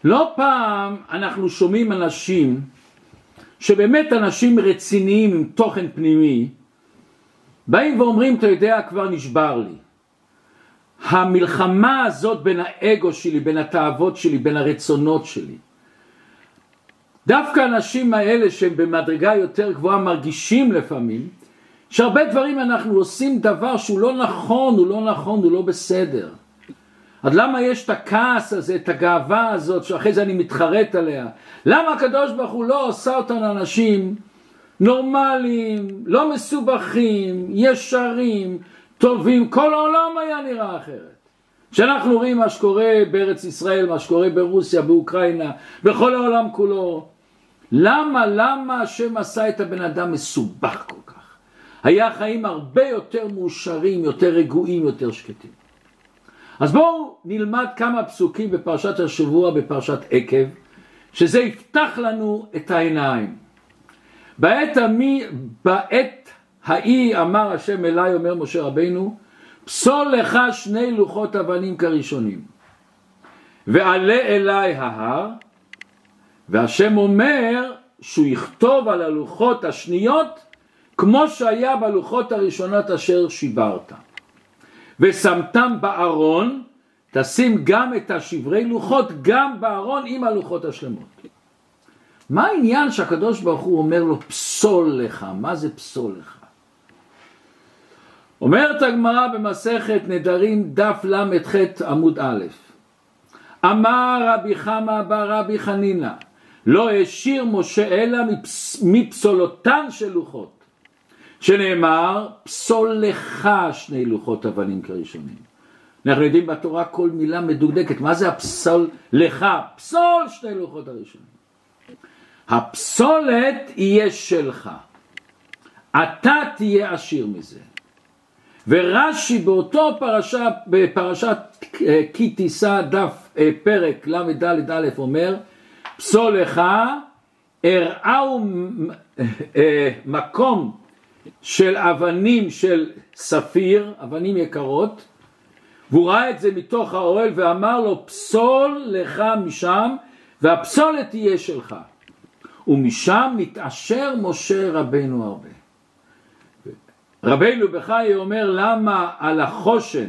לא פעם אנחנו שומעים אנשים שבאמת אנשים רציניים עם תוכן פנימי באים ואומרים, אתה יודע, כבר נשבר לי. המלחמה הזאת בין האגו שלי, בין התאוות שלי, בין הרצונות שלי. דווקא האנשים האלה שהם במדרגה יותר גבוהה מרגישים לפעמים שהרבה דברים אנחנו עושים דבר שהוא לא נכון, הוא לא בסדר. אז למה יש את הכעס הזה, את הגאווה הזאת, שאחרי זה אני מתחרט עליה? למה הקדוש ברוך הוא לא עושה אותנו אנשים נורמליים, לא מסובכים, ישרים, טובים? כל העולם היה נראה אחרת. כשאנחנו רואים מה שקורה בארץ ישראל, מה שקורה ברוסיה, באוקראינה, בכל העולם כולו, למה השם עשה את הבן אדם מסובך כל כך? היה חיים הרבה יותר מאושרים, יותר רגועים, יותר שקטים. אז בואו נלמד כמה פסוקים בפרשת השבוע, בפרשת עקב, שזה יפתח לנו את העיניים. בעת ההיא אמר השם אליי, אומר משה רבינו, פסול לך 2 לוחות אבנים כראשונים, ועלה אליי ההר, והשם אומר שהוא יכתוב על הלוחות השניות, כמו שהיה בלוחות הראשונות אשר שיברת. ושמתם בארון, תשים גם את השברי לוחות, גם בארון עם הלוחות השלמות. מה העניין שהקדוש ברוך הוא אומר לו פסול לך? מה זה פסול לך? אומרת הגמרא במסכת נדרים דף למ"ח עמוד א', אמר רבי חמא בר רבי חנינא, לא השאיר משה אלא מפסולותן של לוחות, שנאמר פסול לך 2 לוחות אבנים כראשונים. אנחנו יודעים בתורה כל מילה מדוקדקת, מה זה הפסול לך? פסול 2 לוחות הראשונים. הפסולת יהיה שלך, אתה תהיה עשיר מזה. ורש"י באותו פרשה, בפרשת כי תישא דף פרק למד א' אומר, פסול לך הראו מקום של אבנים של ספיר, אבנים יקרות, והוא ראה את זה מתוך האוהל ואמר לו פסול לך משם, והפסולת תהיה שלך. ומשם מתעשר משה רבינו הרבה. רבינו בחיי אומר, למה על החושן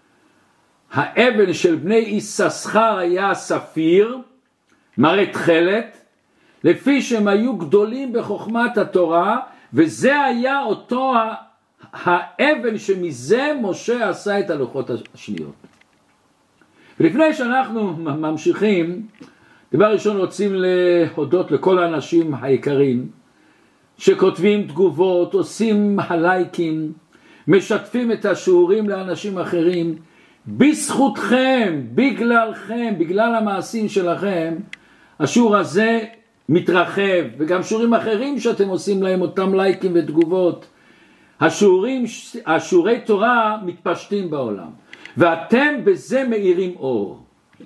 האבן של בני יששכר היה ספיר, מראה תכלת, לפי שהם היו גדולים בחוכמת התורה, וזה היה אותו האבן שמזה משה עשה את הלוחות השניות. ולפני שאנחנו ממשיכים, דבר ראשון רוצים להודות לכל האנשים היקרים שכותבים תגובות, עושים הלייקים, משתפים את השיעורים לאנשים אחרים. בזכותכם, בגללכם, בגלל המעשים שלכם, השיעור הזה מתרחב, וגם שיעורים אחרים שאתם עושים להם אותם לייקים ותגובות. השיעורי תורה מתפשטים בעולם, ואתם בזה מאירים אור.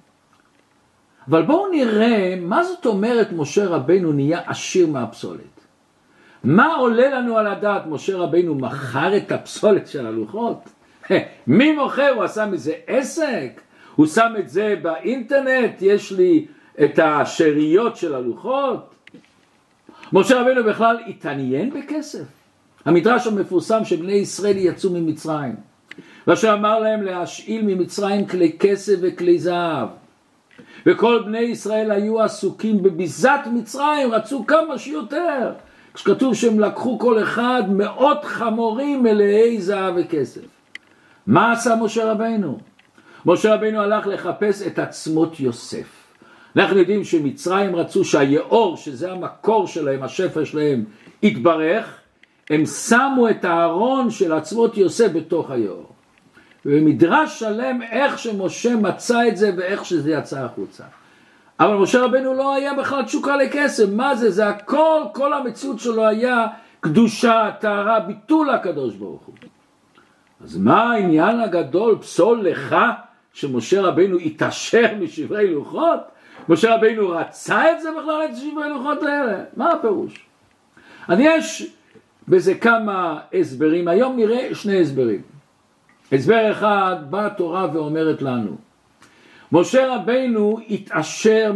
אבל בואו נראה מה זאת אומרת משה רבינו נהיה עשיר מהפסולת. מה עולה לנו על הדעת? משה רבינו מכר את הפסולת של הלוחות? מי מוכר? הוא עשה מזה עסק? הוא שם את זה באינטרנט? יש לי את השאריות של הלוחות? משה רבינו בכלל התעניין בכסף. המדרש המפורסם שבני ישראל יצאו ממצרים, ואשר אמר להם להשאיל ממצרים כלי כסף וכלי זהב, וכל בני ישראל היו עסוקים בביזת מצרים, רצו כמה שיותר. כשכתוב שהם לקחו כל אחד 100 חמורים מלאי זהב וכסף. מה עשה משה רבינו? משה רבינו הלך לחפש את עצמות יוסף. אנחנו יודעים שמצרים רצו שהיאור, שזה המקור שלהם, השפע שלהם, יתברך. הם שמו את הארון של עצמות יוסף בתוך היאור. ומדרש שלם איך שמשה מצא את זה ואיך שזה יצא החוצה. אבל משה רבינו לא היה בכלל תשוקה לכסף. מה זה? זה הכל, כל המציאות שלו היה קדושה, טהרה, ביטול הקדוש ברוך הוא. אז מה העניין הגדול? פסול לך שמשה רבינו התעשר משברי לוחות? משה רבינו רצה את זה בכלל, את שברי לוחות האלה? מה הפירוש? אז יש בזה כמה הסברים. היום נראה 2 הסברים. הסבר אחד, באה התורה ואומרת לנו, משה רבינו התעשר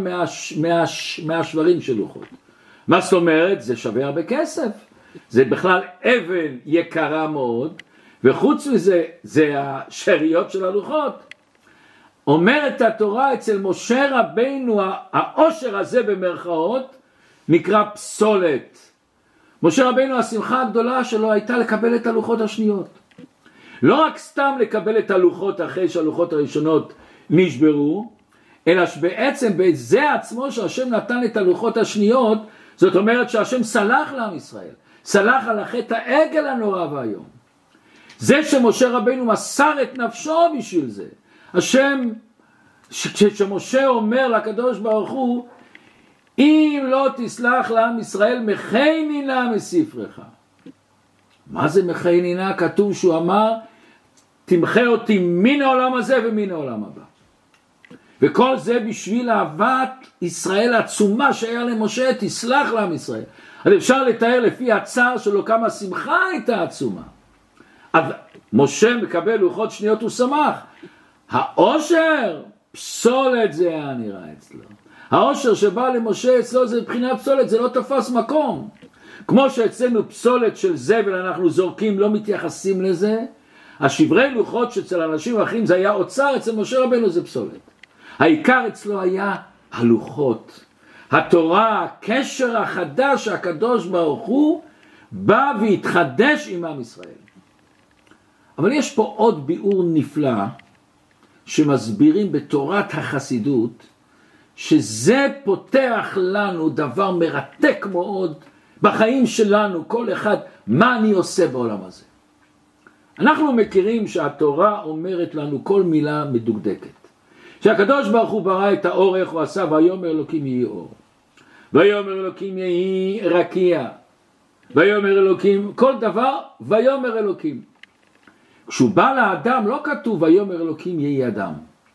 מהשברים של לוחות. מה זאת אומרת? זה שווה הרבה כסף. זה בכלל אבן יקרה מאוד, וחוץ מזה, זה השאריות של הלוחות. אומרת התורה, אצל משה רבינו, העושר הזה במרכאות, נקרא פסולת. משה רבינו, השמחה הגדולה שלו הייתה לקבל את הלוחות השניות. לא רק סתם לקבל את הלוחות אחרי שהלוחות הראשונות נשברו, אלא שבעצם בזה עצמו שהשם נתן את הלוחות השניות, זאת אומרת שהשם סלח לעם ישראל, סלח על החטא העגל הנורא והיום. זה שמשה רבינו מסר את נפשו בשביל זה. השם, כשמשה אומר לקדוש ברוך הוא, אם לא תסלח לעם ישראל, מחי נינה מספרך. מה זה מחי נינה? כתוב שהוא אמר, תמחה אותי מן העולם הזה ומן העולם הבא. וכל זה בשביל אהבת ישראל העצומה שהיה למשה, תסלח לעם ישראל. אז אפשר לתאר לפי הצער שלו כמה שמחה הייתה עצומה. אז משה מקבל לוחות שניות ושמח. העושר, פסולת זה היה נראה אצלו. העושר שבא למשה אצלו זה מבחינת פסולת, זה לא תפס מקום. כמו שאצלנו פסולת של זבל אנחנו זורקים, לא מתייחסים לזה. השברי לוחות שאצל אנשים אחרים זה היה אוצר, אצל משה רבינו זה פסולת. העיקר אצלו היה הלוחות. התורה, הקשר החדש, הקדוש ברוך הוא, בא והתחדש עם עם ישראל. אבל יש פה עוד ביאור נפלא, שמסבירים בתורת החסידות, שזה פותח לנו דבר מרתק מאוד בחיים שלנו, כל אחד, מה אני עושה בעולם הזה. אנחנו מכירים שהתורה אומרת לנו כל מילה מדוקדקת. שהקדוש ברוך הוא ברא את האור, איך הוא עשה, ויאמר אלוקים יהי אור. ויאמר אלוקים יהי רקיע. ויאמר אלוקים, כל דבר, ויאמר אלוקים. כשהוא בא לאדם לא כתוב ויאמר אלוקים יהי אדם.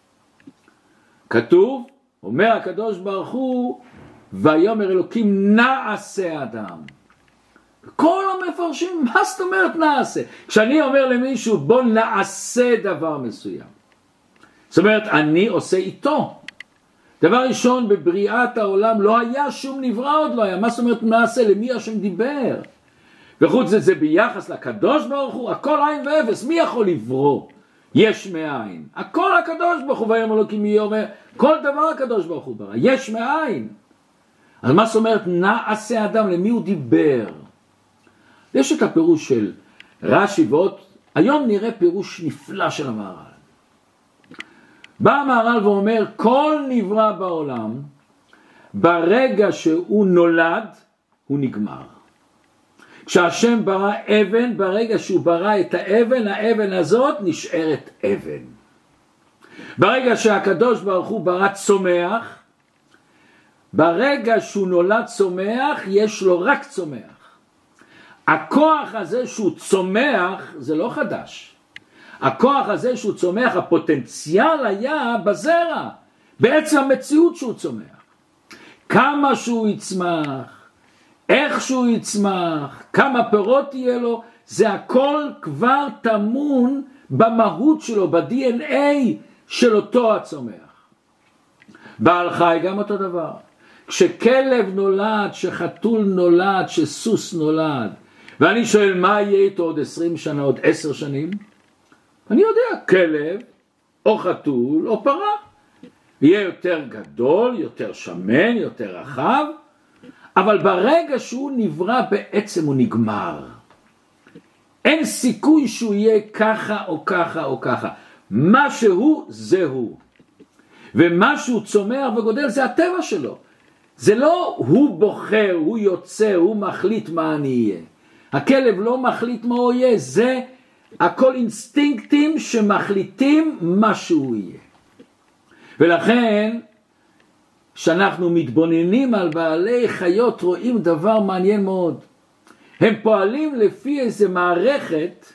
כתוב, אומר הקדוש ברוך הוא, ויאמר אלוקים נעשה אדם. כל המפרשים, מה זאת אומרת נעשה? כשאני אומר למישהו בוא נעשה דבר מסוים. זאת אומרת אני עושה איתו. דבר ראשון בבריאת העולם לא היה שום נברא עוד לא היה. מה זאת אומרת נעשה? למי השם דיבר? וחוץ זה ביחס לקדוש ברוך הוא, הכל עין ואפס, מי יכול לברוא? יש מאין. הכל הקדוש ברוך הוא, ויאמר אלוקים יהי אור, כל דבר הקדוש ברוך הוא ברא, יש מאין. אז מה זאת אומרת נעשה אדם, למי הוא דיבר? יש את הפירוש של רש"י ועוד, היום נראה פירוש נפלא של המהר"ל. בא המהר"ל ואומר, כל נברא בעולם, ברגע שהוא נולד, הוא נגמר. כשהשם ברא אבן, ברגע שהוא ברא את האבן, האבן הזאת נשארת אבן. ברגע שהקדוש ברוך הוא ברא צומח, ברגע שהוא נולד צומח, יש לו רק צומח. הכוח הזה שהוא צומח, זה לא חדש. הכוח הזה שהוא צומח, הפוטנציאל היה בזרע, בעצם המציאות שהוא צומח. כמה שהוא יצמח, איך שהוא יצמח, כמה פירות תהיה לו, זה הכל כבר תמון במהות שלו, ב-DNA של אותו הצומח. בעל חי גם אותו דבר. כשכלב נולד, שחתול נולד, שסוס נולד, ואני שואל מה יהיה איתו עוד 20 שנה, עוד 10 שנים? אני יודע, כלב או חתול או פרה. יהיה יותר גדול, יותר שמן, יותר רחב, אבל ברגע שהוא נברא בעצם הוא נגמר. אין סיכוי שהוא יהיה ככה או ככה או ככה. מה שהוא זה הוא. ומה שהוא צומח וגודל זה הטבע שלו. זה לא הוא בוחר, הוא יוצא, הוא מחליט מה אני אהיה. הכלב לא מחליט מה הוא יהיה, זה הכל אינסטינקטים שמחליטים מה שהוא יהיה. ולכן, כשאנחנו מתבוננים על בעלי חיות, רואים דבר מעניין מאוד. הם פועלים לפי איזו מערכת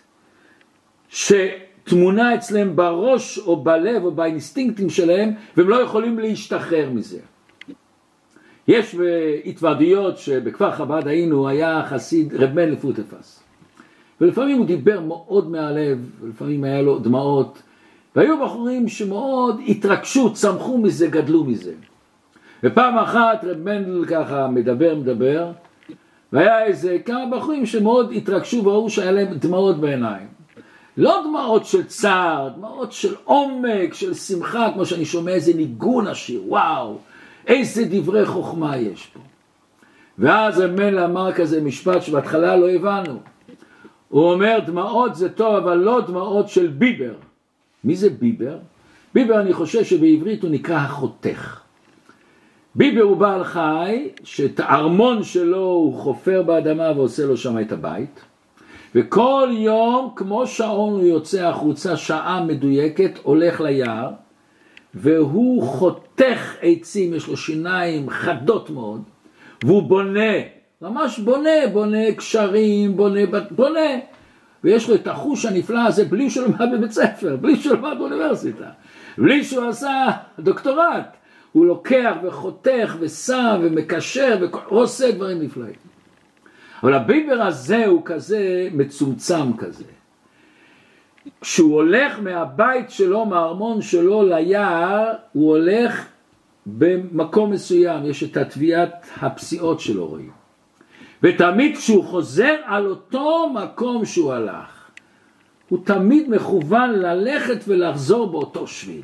שתמונה אצלם בראש או בלב או באינסטינקטים שלהם, והם לא יכולים להשתחרר מזה. יש בהתוועדויות שבכפר חב"ד היינו, היה חסיד רב מנדל פוטפס. ולפעמים הוא דיבר מאוד מהלב, ולפעמים היה לו דמעות, והיו בחורים שמאוד התרגשו, צמחו מזה, גדלו מזה. ופעם אחת רב מנדל ככה מדבר, והיה איזה כמה בחורים שמאוד התרגשו וראו שהיה להם דמעות בעיניים. לא דמעות של צער, דמעות של עומק, של שמחה, כמו שאני שומע איזה ניגון השיר, וואו, איזה דברי חוכמה יש פה. ואז רב מנדל אמר כזה משפט שבהתחלה לא הבנו. הוא אומר, דמעות זה טוב, אבל לא דמעות של ביבר. מי זה ביבר? ביבר אני חושב שבעברית הוא נקרא החותך. ביבר הוא בעל חי, שאת הארמון שלו הוא חופר באדמה ועושה לו שם את הבית. וכל יום, כמו שעון, הוא יוצא החוצה, שעה מדויקת, הולך ליער, והוא חותך עצים, יש לו שיניים חדות מאוד, והוא בונה, ממש בונה קשרים, בונה. ויש לו את החוש הנפלא הזה בלי שהוא למד בבית ספר, בלי שהוא למד באוניברסיטה, בלי שהוא עשה דוקטורט. הוא לוקח וחותך ושם ומקשר ועושה דברים נפלאים. אבל הביבר הזה הוא כזה מצומצם כזה. כשהוא הולך מהבית שלו, מהארמון שלו ליער, הוא הולך במקום מסוים, יש את התביעת הפסיעות שלו רואים. ותמיד כשהוא חוזר על אותו מקום שהוא הלך, הוא תמיד מכוון ללכת ולחזור באותו שביל.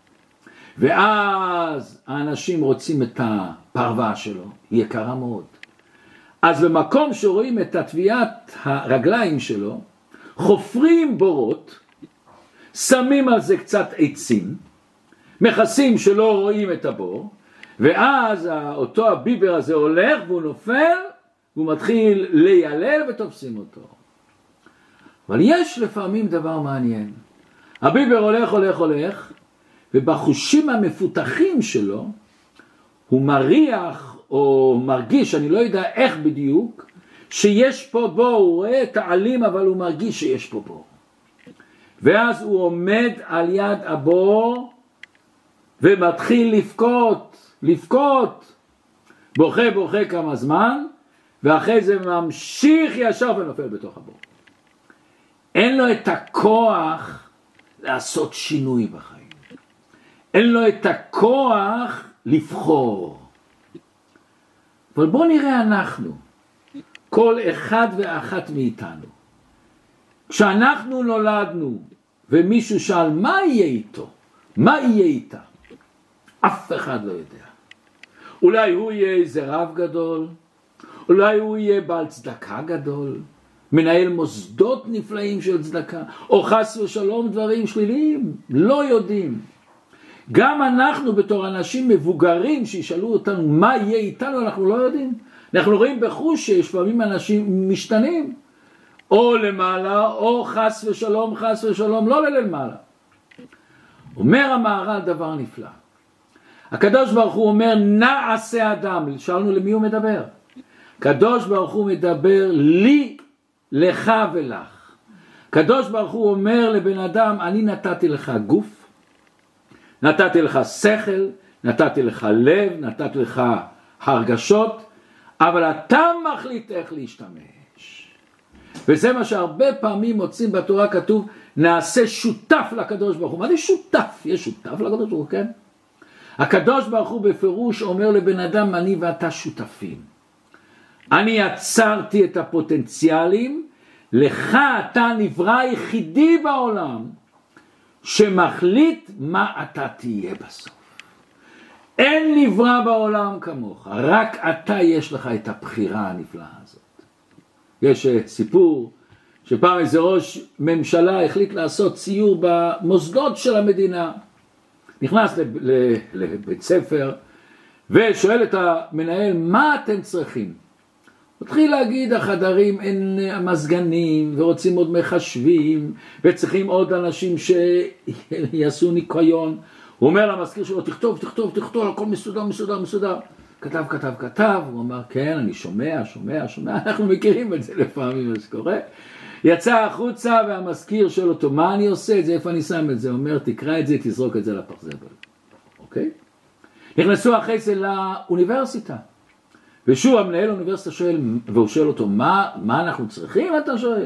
ואז האנשים רוצים את הפרווה שלו, היא יקרה מאוד. אז במקום שרואים את התביעת הרגליים שלו, חופרים בורות, שמים על זה קצת עצים, מכסים שלא רואים את הבור, ואז אותו הביבר הזה הולך והוא נופל, והוא מתחיל לילל ותופסים אותו. אבל יש לפעמים דבר מעניין. הביבר הולך, ובחושים המפותחים שלו, הוא מריח או מרגיש, אני לא יודע איך בדיוק, שיש פה בור, הוא רואה את העלים אבל הוא מרגיש שיש פה בור. ואז הוא עומד על יד הבור, ומתחיל לבכות, בוכה כמה זמן, ואחרי זה ממשיך ישר ונופל בתוך הבור. אין לו את הכוח לעשות שינוי בחיים. אין לו את הכוח לבחור. אבל בואו נראה אנחנו, כל אחד ואחת מאיתנו. כשאנחנו נולדנו ומישהו שאל מה יהיה איתו, מה יהיה איתה, אף אחד לא יודע. אולי הוא יהיה איזה רב גדול, אולי הוא יהיה בעל צדקה גדול, מנהל מוסדות נפלאים של צדקה, או חס ושלום דברים שליליים, לא יודעים. גם אנחנו בתור אנשים מבוגרים שישאלו אותנו מה יהיה איתנו, אנחנו לא יודעים. אנחנו רואים בחוש שיש פעמים אנשים משתנים, או למעלה, או חס ושלום, לא למעלה. אומר המהר"ל דבר נפלא. הקדוש ברוך הוא אומר, נעשה אדם. שאלנו למי הוא מדבר. הקדוש ברוך הוא מדבר לי, לך ולך. הקדוש ברוך הוא אומר לבן אדם, אני נתתי לך גוף, נתתי לך שכל, נתתי לך לב, נתתי לך הרגשות, אבל אתה מחליט איך להשתמש. וזה מה שהרבה פעמים מוצאים בתורה כתוב, נעשה שותף לקדוש ברוך הוא. מה זה שותף? יש שותף לקדוש ברוך הוא, כן? הקדוש ברוך הוא בפירוש אומר לבן אדם, אני ואתה שותפים. אני יצרתי את הפוטנציאלים, לך אתה נברא יחידי בעולם, שמחליט מה אתה תהיה בסוף. אין נברא בעולם כמוך, רק אתה יש לך את הבחירה הנפלאה הזאת. יש סיפור שפעם איזה ראש ממשלה החליט לעשות ציור במוסדות של המדינה. נכנס לבית ספר ושואל את המנהל, מה אתם צריכים? מתחיל להגיד, החדרים אין מזגנים ורוצים עוד מחשבים וצריכים עוד אנשים שיעשו ניקיון. הוא אומר למזכיר שלו, תכתוב, הכל מסודר. כתב, הוא אמר, כן, אני שומע, אנחנו מכירים את זה לפעמים, מה שקורה. יצא החוצה והמזכיר שואל אותו, מה אני עושה את זה, איפה אני שם את זה? הוא אומר, תקרא את זה, תזרוק את זה לפח זבל. אוקיי? נכנסו אחרי זה לאוניברסיטה. ושוב המנהל האוניברסיטה שואל, והוא שואל אותו, מה אנחנו צריכים, אתה שואל?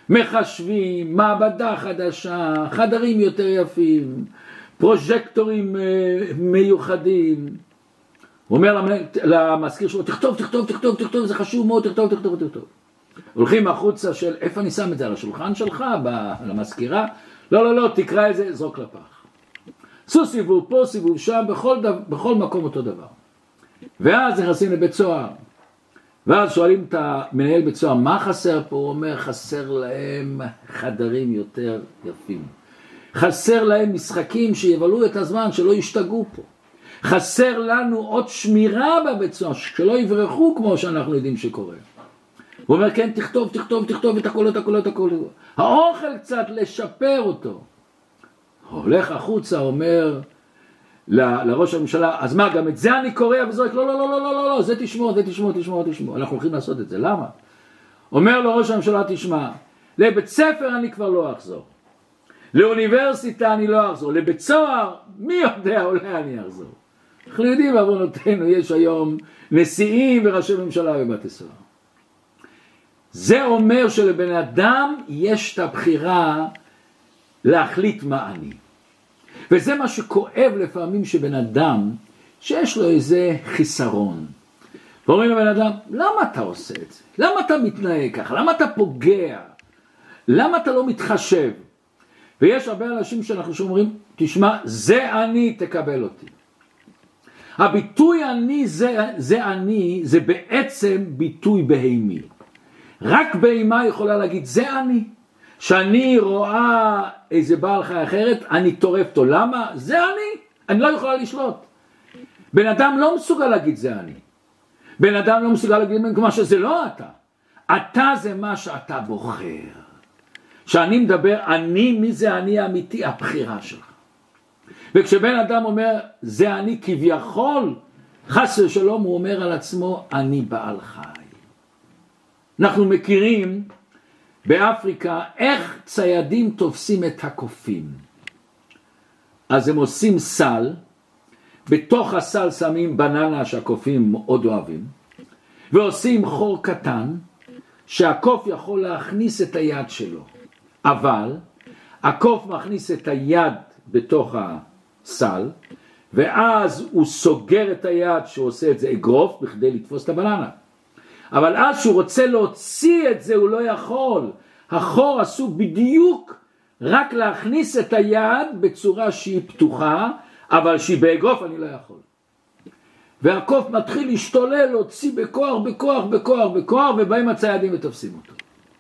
מחשבים, מעבדה חדשה, חדרים יותר יפים, פרוז'קטורים מיוחדים. הוא אומר למזכיר שלו, תכתוב, זה חשוב מאוד, תכתוב. הולכים החוצה של, איפה אני שם את זה? על השולחן שלך, למזכירה? לא, תקרא את זה, זרוק לפח. עשו סיבוב פה, סיבוב שם, בכל מקום אותו דבר. ואז נכנסים לבית סוהר. ואז שואלים את המנהל בית סוהר, מה חסר פה? הוא אומר, חסר להם חדרים יותר יפים. חסר להם משחקים שיבלו את הזמן, שלא ישתגעו פה. חסר לנו עוד שמירה בבית סוהר, שלא יברחו כמו שאנחנו יודעים שקורה. הוא אומר, כן, תכתוב את הכל. האוכל קצת לשפר אותו. הולך החוצה, אומר לראש הממשלה, אז מה, גם את זה אני קורא וזורק? לא, זה תשמור. אנחנו הולכים לעשות את זה, למה? אומר לו ראש הממשלה, תשמע, לבית ספר אני כבר לא אחזור. לאוניברסיטה אני לא אחזור. לבית סוהר, מי יודע, אולי אני אחזור. אנחנו יודעים, בעוונותינו, יש היום נשיאים וראשי ממשלה בבתי סוהר. זה אומר שלבן אדם יש את הבחירה להחליט מה אני. וזה מה שכואב לפעמים שבן אדם שיש לו איזה חיסרון. ואומרים לבן אדם, למה אתה עושה את זה? למה אתה מתנהג ככה? למה אתה פוגע? למה אתה לא מתחשב? ויש הרבה אנשים שאנחנו שאומרים, תשמע, זה אני, תקבל אותי. הביטוי אני, זה אני, זה בעצם ביטוי בהימי. רק בהימה יכולה להגיד, זה אני. שאני רואה איזה בעל חי אחרת, אני טורף אותו. למה? זה אני לא יכולה לשלוט. בן אדם לא מסוגל להגיד זה אני. בן אדם לא מסוגל להגיד כמו שזה לא אתה. אתה זה מה שאתה בוחר. שאני מדבר, מי זה אני האמיתי? הבחירה שלך. וכשבן אדם אומר, זה אני כביכול, חס ושלום הוא אומר על עצמו, אני בעל חי. אנחנו מכירים באפריקה איך ציידים תופסים את הקופים. אז הם עושים סל, בתוך הסל שמים בננה שהקופים מאוד אוהבים, ועושים חור קטן שהקוף יכול להכניס את היד שלו. אבל הקוף מכניס את היד בתוך הסל, ואז הוא סוגר את היד שהוא עושה את זה אגרוף בכדי לתפוס את הבננה. אבל אז שהוא רוצה להוציא את זה הוא לא יכול. החור עשוי בדיוק רק להכניס את היד בצורה שהיא פתוחה, אבל שהיא באגרוף אני לא יכול. והקוף מתחיל להשתולל, להוציא בכוח, ובאים הציידים ותופסים אותו.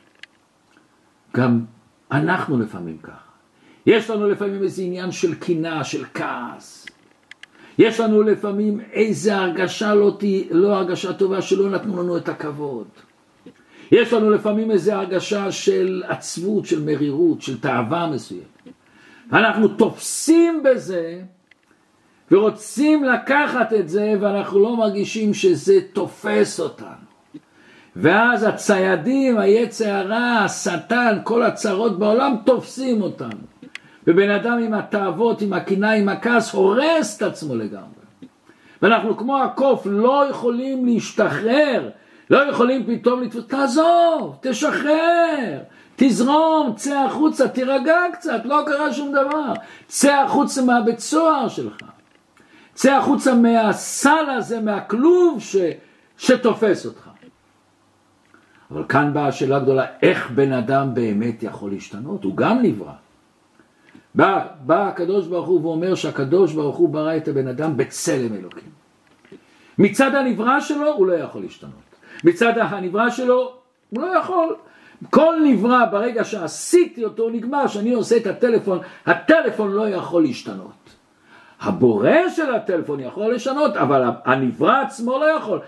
גם אנחנו לפעמים ככה. יש לנו לפעמים איזה עניין של קנאה, של כעס. יש לנו לפעמים איזה הרגשה לא הרגשה טובה שלא נתנו לנו את הכבוד. יש לנו לפעמים איזה הרגשה של עצבות, של מרירות, של תאווה מסוימת. אנחנו תופסים בזה ורוצים לקחת את זה ואנחנו לא מרגישים שזה תופס אותנו. ואז הציידים, היצר הרע, השטן, כל הצרות בעולם תופסים אותנו. ובן אדם עם התאוות, עם הקנאה, עם הכעס, הורס את עצמו לגמרי. ואנחנו כמו הקוף לא יכולים להשתחרר, לא יכולים פתאום לתפוס, תעזוב, תשחרר, תזרום, צא החוצה, תירגע קצת, לא קרה שום דבר. צא החוצה מהבית סוהר שלך. צא החוצה מהסל הזה, מהכלוב שתופס אותך. אבל כאן באה השאלה גדולה, איך בן אדם באמת יכול להשתנות? הוא גם נברא. בא הקדוש ברוך הוא ואומר שהקדוש ברוך הוא ברא את הבן אדם בצלם אלוקים. מצד הנברא שלו הוא לא יכול להשתנות. מצד הנברא שלו הוא לא יכול. כל נברא ברגע שעשיתי אותו נגמר, שאני עושה את הטלפון לא יכול להשתנות. הבורא של הטלפון יכול לשנות, אבל הנברא עצמו לא יכול.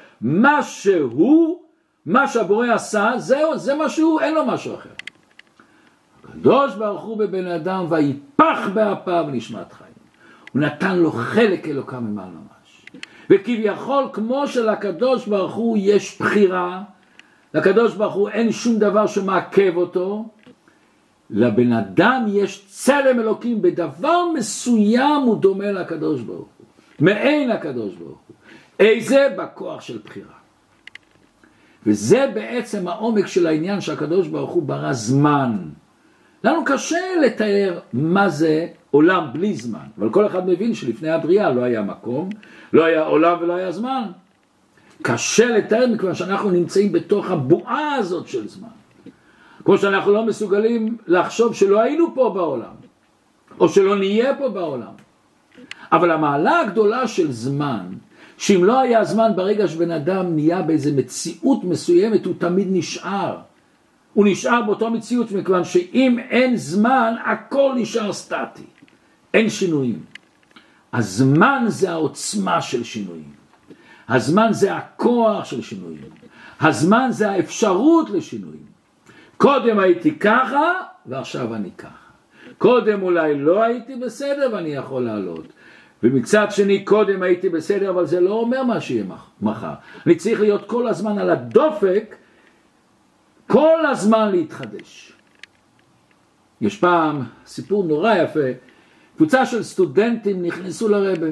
מה שהבורא עשה, זה מה שהוא, אין לו משהו אחר. הקדוש ברוך הוא בבן אדם ויפח באפיו נשמת חיים. הוא נתן לו חלק אלוקה ממעל ממש. וכביכול כמו שלקדוש ברוך הוא יש בחירה, לקדוש ברוך הוא אין שום דבר שמעכב אותו, לבן אדם יש צלם אלוקים, בדבר מסוים הוא דומה לקדוש ברוך הוא. מעין הקדוש ברוך הוא. איזה? בכוח של בחירה. וזה בעצם העומק של העניין שהקדוש ברוך הוא ברא זמן. לנו קשה לתאר מה זה עולם בלי זמן, אבל כל אחד מבין שלפני הבריאה לא היה מקום, לא היה עולם ולא היה זמן. קשה לתאר מכיוון שאנחנו נמצאים בתוך הבועה הזאת של זמן. כמו שאנחנו לא מסוגלים לחשוב שלא היינו פה בעולם, או שלא נהיה פה בעולם. אבל המעלה הגדולה של זמן, שאם לא היה זמן ברגע שבן אדם נהיה באיזה מציאות מסוימת, הוא תמיד נשאר. הוא נשאר באותו מציאות, מכיוון שאם אין זמן, הכל נשאר סטטי. אין שינויים. הזמן זה העוצמה של שינויים. הזמן זה הכוח של שינויים. הזמן זה האפשרות לשינויים. קודם הייתי ככה, ועכשיו אני ככה. קודם אולי לא הייתי בסדר, ואני יכול לעלות. ומצד שני, קודם הייתי בסדר, אבל זה לא אומר מה שיהיה מחר. אני צריך להיות כל הזמן על הדופק, כל הזמן להתחדש. יש פעם סיפור נורא יפה, קבוצה של סטודנטים נכנסו לרבה,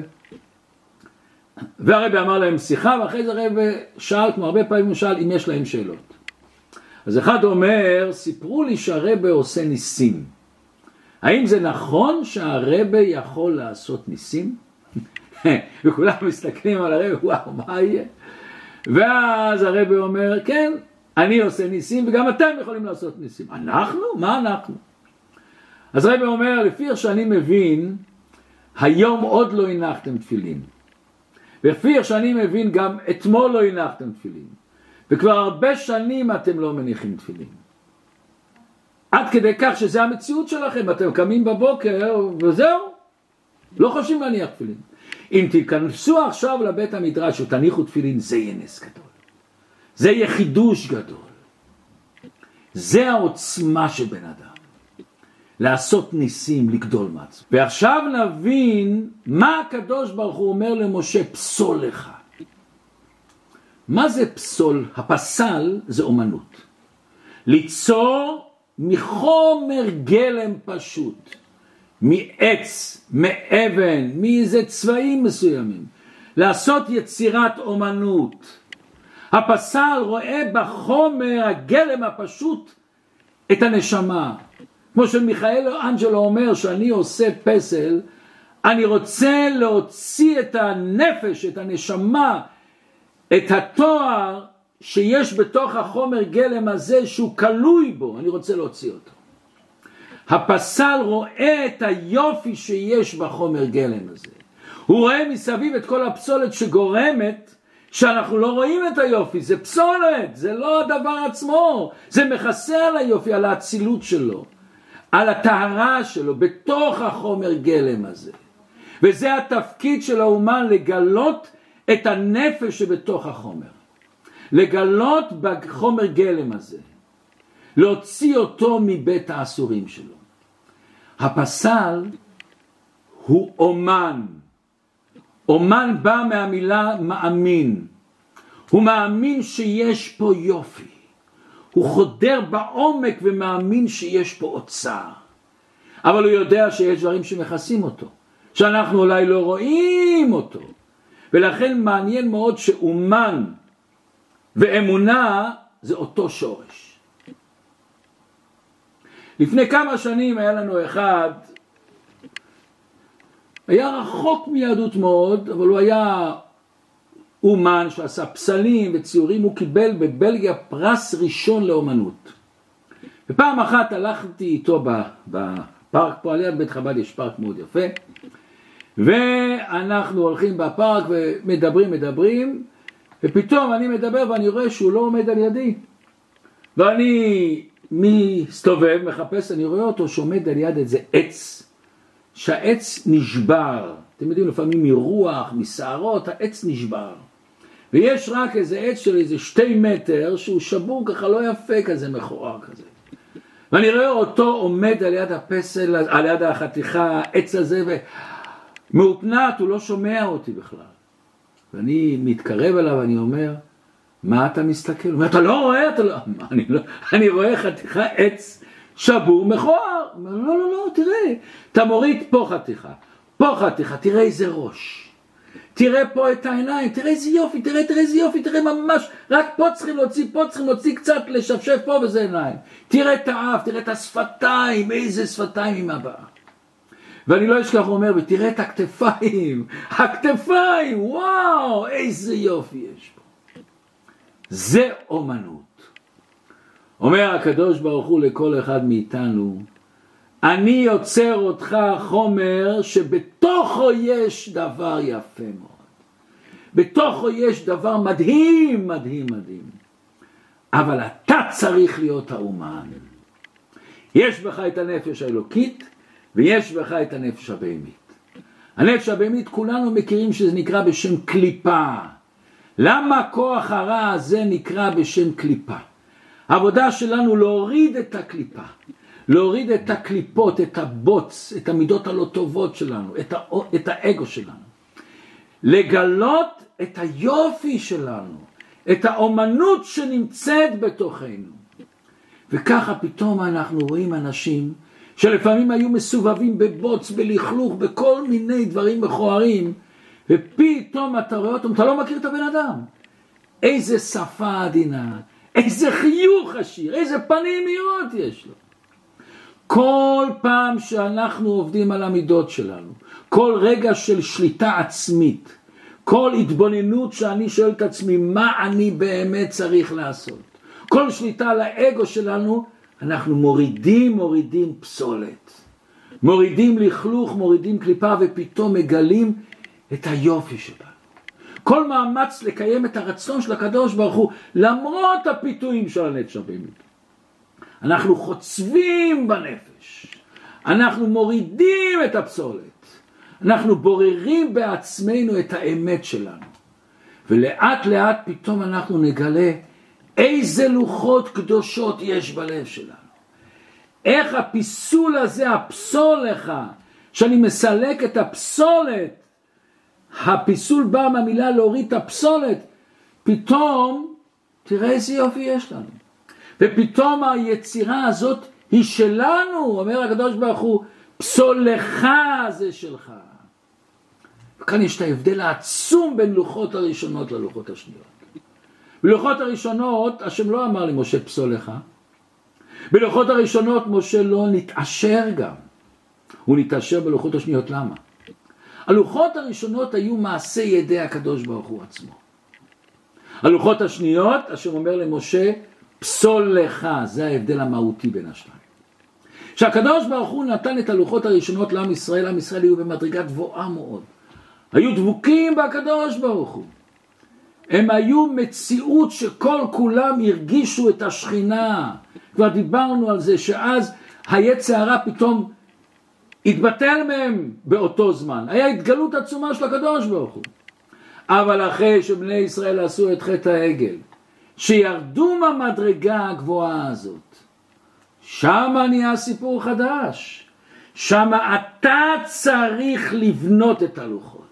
והרבה אמר להם שיחה, ואחרי זה הרבה שאל, כמו הרבה פעמים הוא שאל, אם יש להם שאלות. אז אחד אומר, סיפרו לי שהרבה עושה ניסים. האם זה נכון שהרבה יכול לעשות ניסים? וכולם מסתכלים על הרבה, וואו, מה יהיה? ואז הרבה אומר, כן, אני עושה ניסים, וגם אתם יכולים לעשות ניסים. אנחנו? מה אנחנו? אז הרבה אומר, לפי איך שאני מבין, היום עוד לא הנחתם תפילין. ולפי איך שאני מבין, גם אתמול לא הנחתם תפילין. וכבר הרבה שנים אתם לא מניחים תפילין. עד כדי כך שזה המציאות שלכם, אתם קמים בבוקר וזהו, לא חושבים להניח תפילין. אם תיכנסו עכשיו לבית המדרש ותניחו תפילין, זה יהיה נס גדול. זה יהיה חידוש גדול. זה העוצמה של בן אדם. לעשות ניסים, לגדול מעצמו. ועכשיו נבין מה הקדוש ברוך הוא אומר למשה, פסול לך. מה זה פסול? הפסל זה אומנות. ליצור מחומר גלם פשוט, מעץ, מאבן, מאיזה צבעים מסוימים, לעשות יצירת אומנות. הפסל רואה בחומר הגלם הפשוט את הנשמה. כמו שמיכאל אנג'לו אומר, שאני עושה פסל, אני רוצה להוציא את הנפש, את הנשמה, את התואר שיש בתוך החומר גלם הזה שהוא כלוי בו, אני רוצה להוציא אותו. הפסל רואה את היופי שיש בחומר גלם הזה. הוא רואה מסביב את כל הפסולת שגורמת שאנחנו לא רואים את היופי, זה פסולת, זה לא הדבר עצמו, זה מכסה על היופי, על האצילות שלו, על הטהרה שלו, בתוך החומר גלם הזה. וזה התפקיד של האומן, לגלות את הנפש שבתוך החומר. לגלות בחומר גלם הזה. להוציא אותו מבית האסורים שלו. הפסל הוא אומן. אומן בא מהמילה מאמין. הוא מאמין שיש פה יופי. הוא חודר בעומק ומאמין שיש פה אוצר. אבל הוא יודע שיש דברים שמכסים אותו. שאנחנו אולי לא רואים אותו. ולכן מעניין מאוד שאומן ואמונה זה אותו שורש. לפני כמה שנים היה לנו אחד, היה רחוק מיהדות מאוד, אבל הוא היה אומן שעשה פסלים וציורים, הוא קיבל בבלגיה פרס ראשון לאומנות. ופעם אחת הלכתי איתו בפארק, פה על יד בית חב"ד יש פארק מאוד יפה, ואנחנו הולכים בפארק ומדברים, ופתאום אני מדבר ואני רואה שהוא לא עומד על ידי. ואני מסתובב, מחפש, אני רואה אותו שעומד על יד איזה עץ, שהעץ נשבר. אתם יודעים, לפעמים מרוח, מסערות, העץ נשבר. ויש רק איזה עץ של איזה 2 מטר, שהוא שבור ככה לא יפה כזה, מכוער כזה. ואני רואה אותו עומד על יד הפסל, על יד החתיכה, העץ הזה, ומאופנת, הוא לא שומע אותי בכלל. ואני מתקרב אליו ואני אומר, מה אתה מסתכל? הוא אומר, אתה לא רואה? אתה לא... אני רואה חתיכה עץ שבור מכוער. הוא אומר, לא, תראה. אתה מוריד פה חתיכה, תראה איזה ראש. תראה פה את העיניים, תראה איזה יופי, תראה איזה יופי, תראה ממש, רק פה צריכים להוציא קצת, לשפשף פה וזה עיניים. תראה את האף, תראה את השפתיים, איזה שפתיים עם הבאה. ואני לא אשכח אומר, ותראה את הכתפיים, וואו, איזה יופי יש פה. זה אומנות. אומר הקדוש ברוך הוא לכל אחד מאיתנו, אני יוצר אותך חומר שבתוכו יש דבר יפה מאוד. בתוכו יש דבר מדהים, מדהים, מדהים. אבל אתה צריך להיות האומן. יש בך את הנפש האלוקית, ויש בך את הנפש הבהמית. הנפש הבהמית כולנו מכירים שזה נקרא בשם קליפה. למה כוח הרע הזה נקרא בשם קליפה? העבודה שלנו להוריד את הקליפה. להוריד את הקליפות, את הבוץ, את המידות הלא טובות שלנו, את האגו שלנו. לגלות את היופי שלנו, את האומנות שנמצאת בתוכנו. וככה פתאום אנחנו רואים אנשים שלפעמים היו מסובבים בבוץ, בלכלוך, בכל מיני דברים מכוערים, ופתאום אתה רואה אותם, אתה לא מכיר את הבן אדם. איזה שפה עדינה, איזה חיוך עשיר, איזה פנים מהירות יש לו. כל פעם שאנחנו עובדים על המידות שלנו, כל רגע של שליטה עצמית, כל התבוננות שאני שואל את עצמי מה אני באמת צריך לעשות, כל שליטה על האגו שלנו, אנחנו מורידים פסולת, מורידים לכלוך, מורידים קליפה, ופתאום מגלים את היופי שלנו. כל מאמץ לקיים את הרצון של הקדוש ברוך הוא, למרות הפיתויים של הנפש הבהמית. אנחנו חוצבים בנפש, אנחנו מורידים את הפסולת, אנחנו בוררים בעצמנו את האמת שלנו, ולאט לאט פתאום אנחנו נגלה איזה לוחות קדושות יש בלב שלנו. איך הפיסול הזה, הפסולך, שאני מסלק את הפסולת, הפיסול בא מהמילה להוריד את הפסולת, פתאום תראה איזה יופי יש לנו. ופתאום היצירה הזאת היא שלנו, אומר הקדוש ברוך הוא, פסולך זה שלך. וכאן יש את ההבדל העצום בין לוחות הראשונות ללוחות השניות. בלוחות הראשונות, השם לא אמר למשה פסולך. בלוחות הראשונות משה לא נתעשר גם. הוא נתעשר בלוחות השניות, למה? הלוחות הראשונות היו מעשה ידי הקדוש ברוך הוא עצמו. הלוחות השניות, השם אומר למשה, פסולך, זה ההבדל המהותי בין השניים. כשהקדוש ברוך הוא נתן את הלוחות הראשונות לעם ישראל, עם ישראל היו במדרגה גבוהה מאוד. היו דבוקים בהקדוש ברוך הוא. הם היו מציאות שכל כולם הרגישו את השכינה. כבר דיברנו על זה שאז היצר הרע פתאום התבטל מהם באותו זמן. היה התגלות עצומה של הקדוש ברוך הוא. אבל אחרי שבני ישראל עשו את חטא העגל, שירדו מהמדרגה הגבוהה הזאת, שם נהיה סיפור חדש. שם אתה צריך לבנות את הלוחות.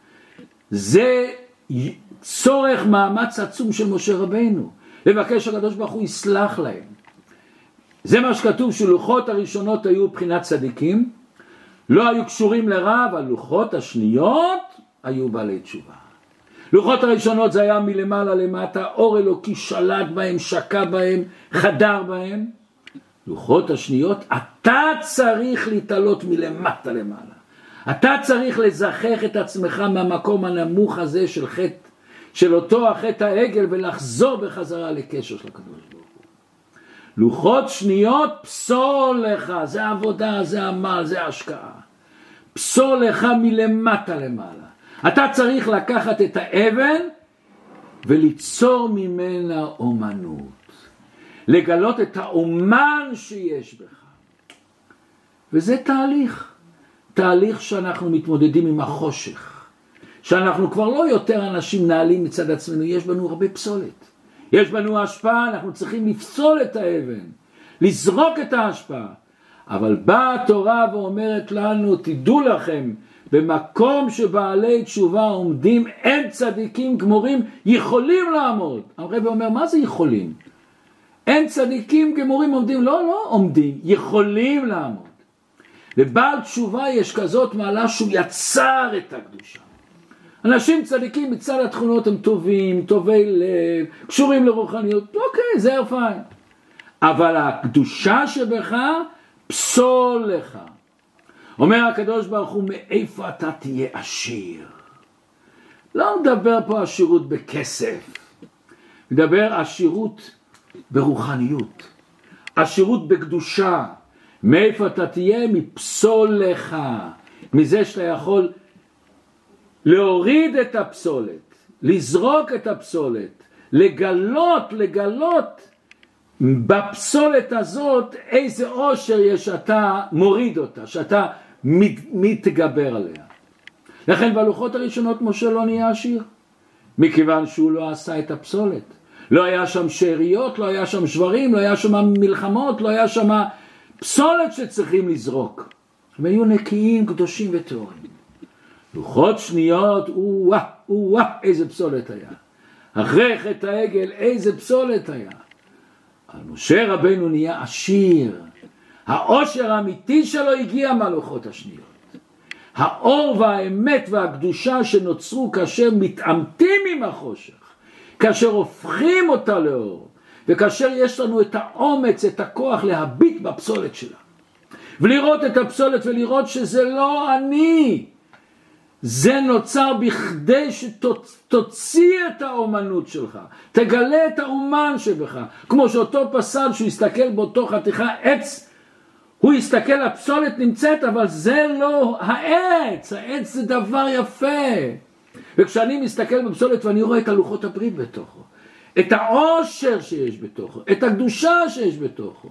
זה צורך מאמץ עצום של משה רבינו, לבקש הקדוש ברוך הוא יסלח להם. זה מה שכתוב, שלוחות הראשונות היו בחינת צדיקים, לא היו קשורים לרע, אבל לוחות השניות היו בעלי תשובה. לוחות הראשונות זה היה מלמעלה למטה, אור אלוקי שלט בהם, שקע בהם, חדר בהם. לוחות השניות, אתה צריך להתעלות מלמטה למעלה. אתה צריך לזכח את עצמך מהמקום הנמוך הזה של חטא, של אותו החטא העגל, ולחזור בחזרה לקשר של הקדוש ברוך הוא. לוחות שניות, פסול לך, זה עבודה, זה עמל, זה השקעה. פסול לך מלמטה למעלה. אתה צריך לקחת את האבן וליצור ממנה אומנות. לגלות את האומן שיש בך. וזה תהליך שאנחנו מתמודדים עם החושך. שאנחנו כבר לא יותר אנשים נעלים מצד עצמנו, יש בנו הרבה פסולת. יש בנו השפעה, אנחנו צריכים לפסול את האבן, לזרוק את ההשפעה. אבל באה התורה ואומרת לנו, תדעו לכם, במקום שבעלי תשובה עומדים, אין צדיקים גמורים יכולים לעמוד. הרב אומר, מה זה יכולים? אין צדיקים גמורים עומדים, לא עומדים, יכולים לעמוד. לבעל תשובה יש כזאת מעלה שהוא יצר את הקדושה. אנשים צדיקים מצד התכונות הם טובים, טובי לב, קשורים לרוחניות, אוקיי, זה פיין. אבל הקדושה שבך פסול לך. אומר הקדוש ברוך הוא, מאיפה אתה תהיה עשיר? לא מדבר פה עשירות בכסף, מדבר עשירות ברוחניות, עשירות בקדושה. מאיפה אתה תהיה? מפסול לך, מזה שאתה יכול להוריד את הפסולת, לזרוק את הפסולת, לגלות בפסולת הזאת איזה עושר יש שאתה מוריד אותה, שאתה מתגבר עליה. לכן בלוחות הראשונות משה לא נהיה עשיר, מכיוון שהוא לא עשה את הפסולת. לא היה שם שאריות, לא היה שם שברים, לא היה שם מלחמות, לא היה שם פסולת שצריכים לזרוק. הם היו נקיים, קדושים וטהורים. לוחות שניות, איזה פסולת היה. אחרי חטא העגל, איזה פסולת היה. על משה רבנו נהיה עשיר. העושר האמיתי שלו הגיע מהלוחות השניות. האור והאמת והקדושה שנוצרו כאשר מתעמתים עם החושך, כאשר הופכים אותה לאור, וכאשר יש לנו את האומץ, את הכוח להביט בפסולת שלה, ולראות את הפסולת ולראות שזה לא אני, זה נוצר בכדי שתוציא את האומנות שלך, תגלה את האומן שבך, כמו שאותו פסל שהוא יסתכל באותו חתיכה עץ, הוא יסתכל, הפסולת נמצאת, אבל זה לא העץ, העץ זה דבר יפה. וכשאני מסתכל בפסולת ואני רואה את הלוחות הברית בתוכו, את העושר שיש בתוכו, את הקדושה שיש בתוכו,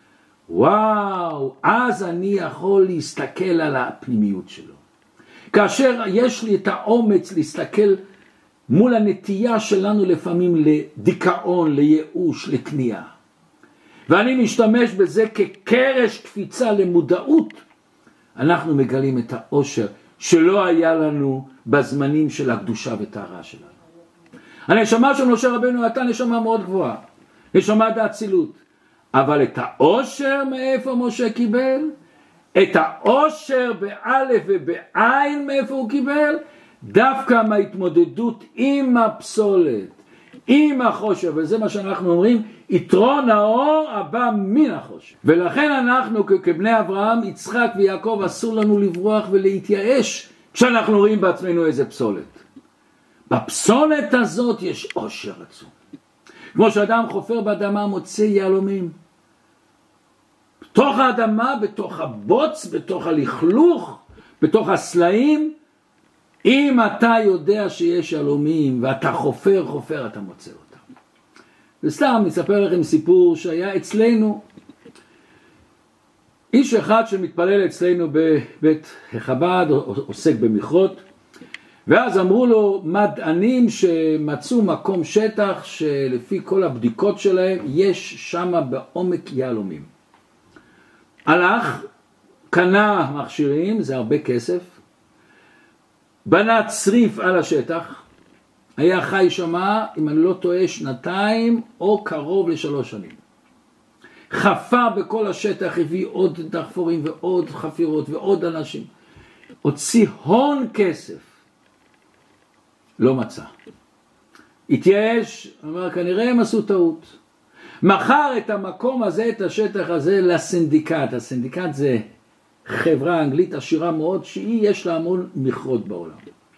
וואו, אז אני יכול להסתכל על הפנימיות שלו. כאשר יש לי את האומץ להסתכל מול הנטייה שלנו לפעמים לדיכאון, לייאוש, לכניעה, ואני משתמש בזה כקרש קפיצה למודעות, אנחנו מגלים את העושר שלא היה לנו בזמנים של הקדושה וטהרה שלנו. הנשמה של משה רבנו הייתה נשמה מאוד גבוהה, נשמת האצילות, אבל את העושר מאיפה משה קיבל? את העושר באלף ובעין מאיפה הוא קיבל? דווקא מההתמודדות עם הפסולת, עם החושך, וזה מה שאנחנו אומרים, יתרון האור הבא מן החושך. ולכן אנחנו כבני אברהם, יצחק ויעקב אסור לנו לברוח ולהתייאש כשאנחנו רואים בעצמנו איזה פסולת. בפסולת הזאת יש עושר עצום. כמו שאדם חופר באדמה מוצא יהלומים. בתוך האדמה, בתוך הבוץ, בתוך הלכלוך, בתוך הסלעים, אם אתה יודע שיש יהלומים ואתה חופר, אתה מוצא אותם. וסתם מספר לכם סיפור שהיה אצלנו. איש אחד שמתפלל אצלנו בבית חב"ד, עוסק במכרות, ואז אמרו לו מדענים שמצאו מקום שטח שלפי כל הבדיקות שלהם יש שם בעומק יהלומים. הלך, קנה מכשירים, זה הרבה כסף, בנה צריף על השטח, היה חי שמה, אם אני לא טועה, 2 או קרוב ל3 שנים. חפר בכל השטח, הביא עוד דחפורים ועוד חפירות ועוד אנשים. הוציא הון כסף. לא מצא. התייאש, אמר, כנראה הם עשו טעות. מכר את המקום הזה, את השטח הזה, לסינדיקט. הסינדיקט זה חברה אנגלית עשירה מאוד, יש לה המון מכרות בעולם.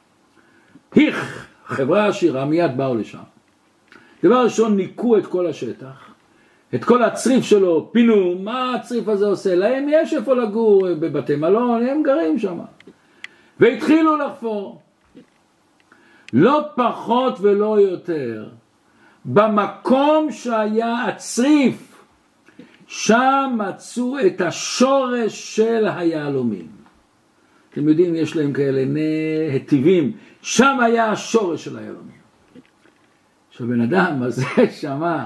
חברה עשירה, מיד באו לשם. דבר ראשון, ניקו את כל השטח, את כל הצריף שלו, פינו, מה הצריף הזה עושה? להם יש איפה לגור בבתי מלון, הם גרים שם. והתחילו לחפור. לא פחות ולא יותר. במקום שהיה הצריף, שם מצאו את השורש של היהלומים. אתם יודעים, יש להם כאלה נהטיבים, שם היה השורש של היהלומים. שבן אדם הזה שמע,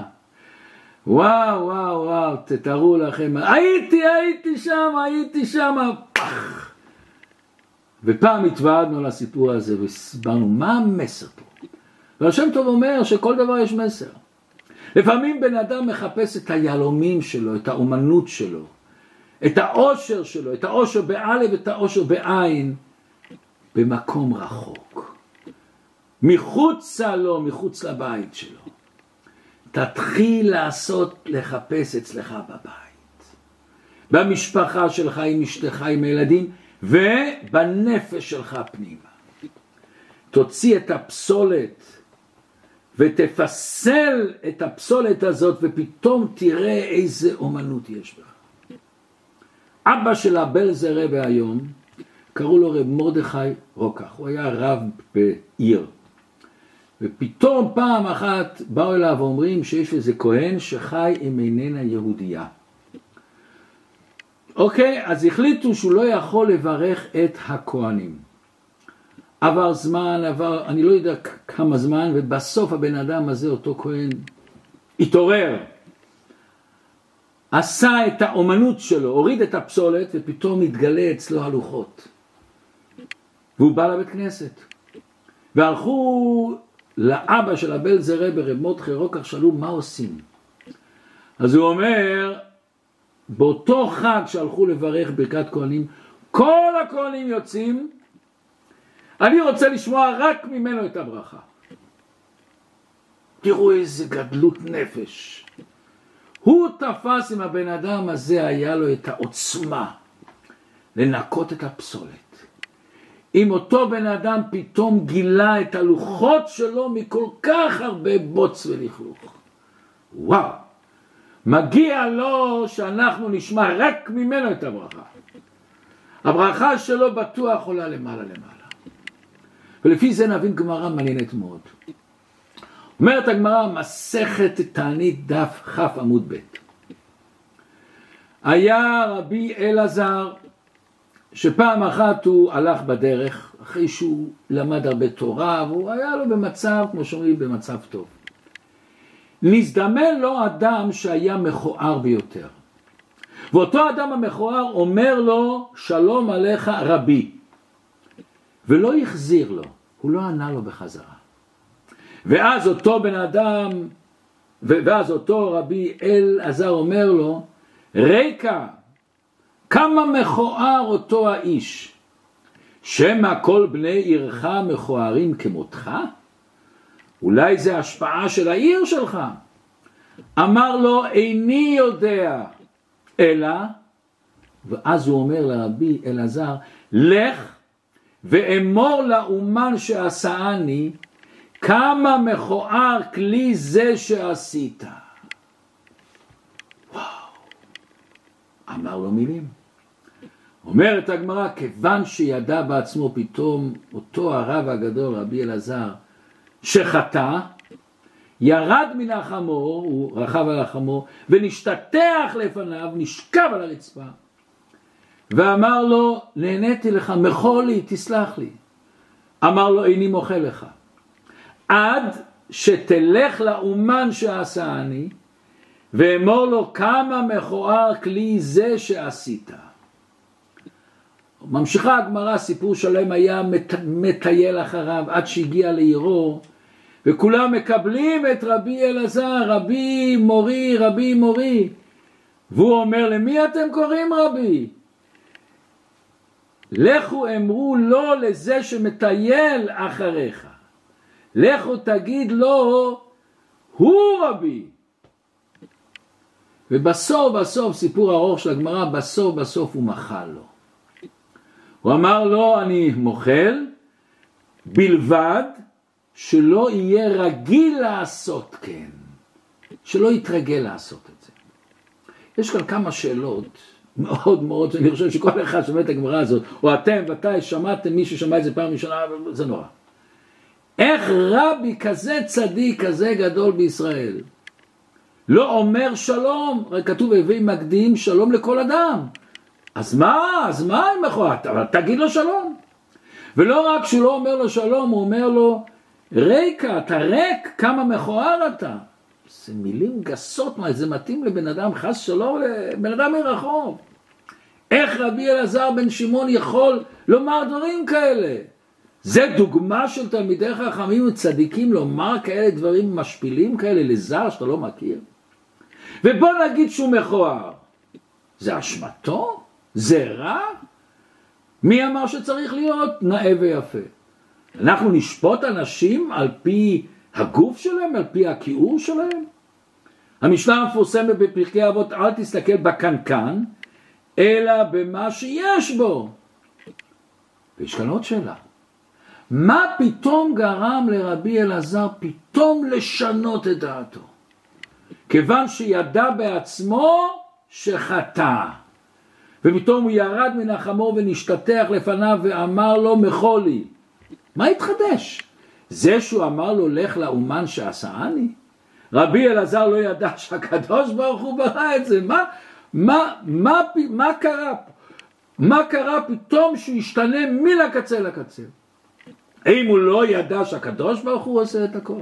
וואו, תתארו לכם, הייתי שם, פח. ופעם התוועדנו לסיפור הזה והסברנו מה המסר פה. והשם טוב אומר שכל דבר יש מסר. לפעמים בן אדם מחפש את היהלומים שלו, את האומנות שלו, את העושר שלו, את העושר באלף ואת העושר בעין, במקום רחוק. מחוצה לו, מחוץ לבית שלו. תתחיל לחפש אצלך בבית, במשפחה שלך, עם אשתך, עם הילדים, ובנפש שלך פנימה. תוציא את הפסולת ותפסל את הפסולת הזאת, ופתאום תראה איזה אומנות יש בך. אבא של הבעל זרבה היום, קראו לו רב מרדכי רוקח, הוא היה רב בעיר. ופתאום פעם אחת באו אליו ואומרים שיש איזה כהן שחי עם איננה יהודייה. אוקיי, אז החליטו שהוא לא יכול לברך את הכהנים. עבר זמן, אני לא יודע כמה זמן, ובסוף הבן אדם הזה, אותו כהן, התעורר. עשה את האומנות שלו, הוריד את הפסולת, ופתאום התגלה אצלו הלוחות. והוא בא לבית כנסת. והלכו לאבא של הבעל זרבה, רב מרדכי רוקח, שאלו מה עושים. אז הוא אומר, באותו חג שהלכו לברך ברכת כהנים, כל הכהנים יוצאים, אני רוצה לשמוע רק ממנו את הברכה. תראו איזה גדלות נפש. הוא תפס עם הבן אדם הזה, היה לו את העוצמה לנקות את הפסולת. עם אותו בן אדם פתאום גילה את הלוחות שלו מכל כך הרבה בוץ ולכלוך. וואו, מגיע לו שאנחנו נשמע רק ממנו את הברכה. הברכה שלו בטוח עולה למעלה. ולפי זה נבין גמרא מעניינת מאוד. אומרת הגמרא, מסכת תענית דף כ' עמוד ב'. היה רבי אלעזר, שפעם אחת הוא הלך בדרך, אחרי שהוא למד הרבה תורה, והוא היה לו במצב, כמו שאומרים, במצב טוב. נזדמן לו אדם שהיה מכוער ביותר. ואותו אדם המכוער אומר לו, שלום עליך רבי. ולא יחזיר לו, הוא לא ענה לו בחזרה. ואז אותו בן אדם, ואז אותו רבי אלעזר אומר לו, ריקה, כמה מכוער אותו האיש, שמא כל בני עירך מכוערים כמותך? אולי זה השפעה של העיר שלך? אמר לו, איני יודע, אלא, ואז הוא אומר לרבי אלעזר, לך ואמור לאומן שעשאני, כמה מכוער כלי זה שעשית. וואו, אמר לו מילים. אומרת הגמרא, כיוון שידע בעצמו פתאום אותו הרב הגדול, רבי אלעזר, שחטא, ירד מן החמור, הוא רכב על החמור, ונשתטח לפניו, נשכב על הרצפה, ואמר לו, נהניתי לך, מחול לי, תסלח לי. אמר לו, איני מוחל לך. עד שתלך לאומן שעשאני, ואמור לו, כמה מכוער כלי זה שעשית. ממשיכה הגמרא, סיפור שלם היה מטייל אחריו, עד שהגיע לעירו, וכולם מקבלים את רבי אלעזר, רבי מורי, רבי מורי. והוא אומר, למי אתם קוראים רבי? לכו אמרו לא לזה שמטייל אחריך. לכו תגיד לו, הוא רבי. ובסוף, סיפור ארוך של הגמרא, בסוף הוא מחל לו. הוא אמר לו, אני מוחל, בלבד שלא יהיה רגיל לעשות כן. שלא יתרגל לעשות את זה. יש כאן כמה שאלות מאוד מאוד, אני חושב שכל אחד שומע את הגמרא הזאת, או אתם ואתה שמעתם, מי ששמע את זה פעם ראשונה, זה נורא. איך רבי כזה צדיק, כזה גדול בישראל, לא אומר שלום? רק כתוב הווי מקדים שלום לכל אדם. אז מה אם מכוער? אבל תגיד לו שלום. ולא רק שהוא לא אומר לו שלום, הוא אומר לו, ריקה, אתה ריק, כמה מכוער אתה. זה מילים גסות, מה זה מתאים לבן אדם, חס שלום לבן אדם מרחוב. איך רבי אלעזר בן שמעון יכול לומר דברים כאלה? זה דוגמה של תלמידי חכמים וצדיקים לומר כאלה דברים משפילים כאלה לזר שאתה לא מכיר. ובוא נגיד שהוא מכוער. זה אשמתו? זה רע? מי אמר שצריך להיות נאה ויפה? אנחנו נשפוט אנשים על פי הגוף שלהם, על פי הכיעור שלהם? המשנה המפורסמת בפרקי אבות, אל תסתכל בקנקן, אלא במה שיש בו. ויש כאן עוד שאלה. מה פתאום גרם לרבי אלעזר פתאום לשנות את דעתו? כיוון שידע בעצמו שחטא. ופתאום הוא ירד מן החמור ונשתטח לפניו ואמר לו מחולי. מה התחדש? זה שהוא אמר לו לך לאומן שעשני? רבי אלעזר לא ידע שהקדוש ברוך הוא ברא את זה. מה קרה פה? מה קרה פתאום שהוא השתנה מן הקצה לקצה? האם הוא לא ידע שהקדוש ברוך הוא עושה את הכל?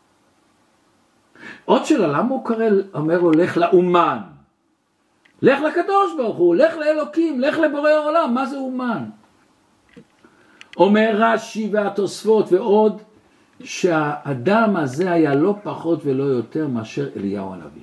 עוד שאלה, למה הוא אומר לו לך לאומן? לך לקדוש ברוך הוא, לך לאלוקים, לך לבורא העולם, מה זה אומן? אומר רש"י והתוספות ועוד, שהאדם הזה היה לא פחות ולא יותר מאשר אליהו הנביא.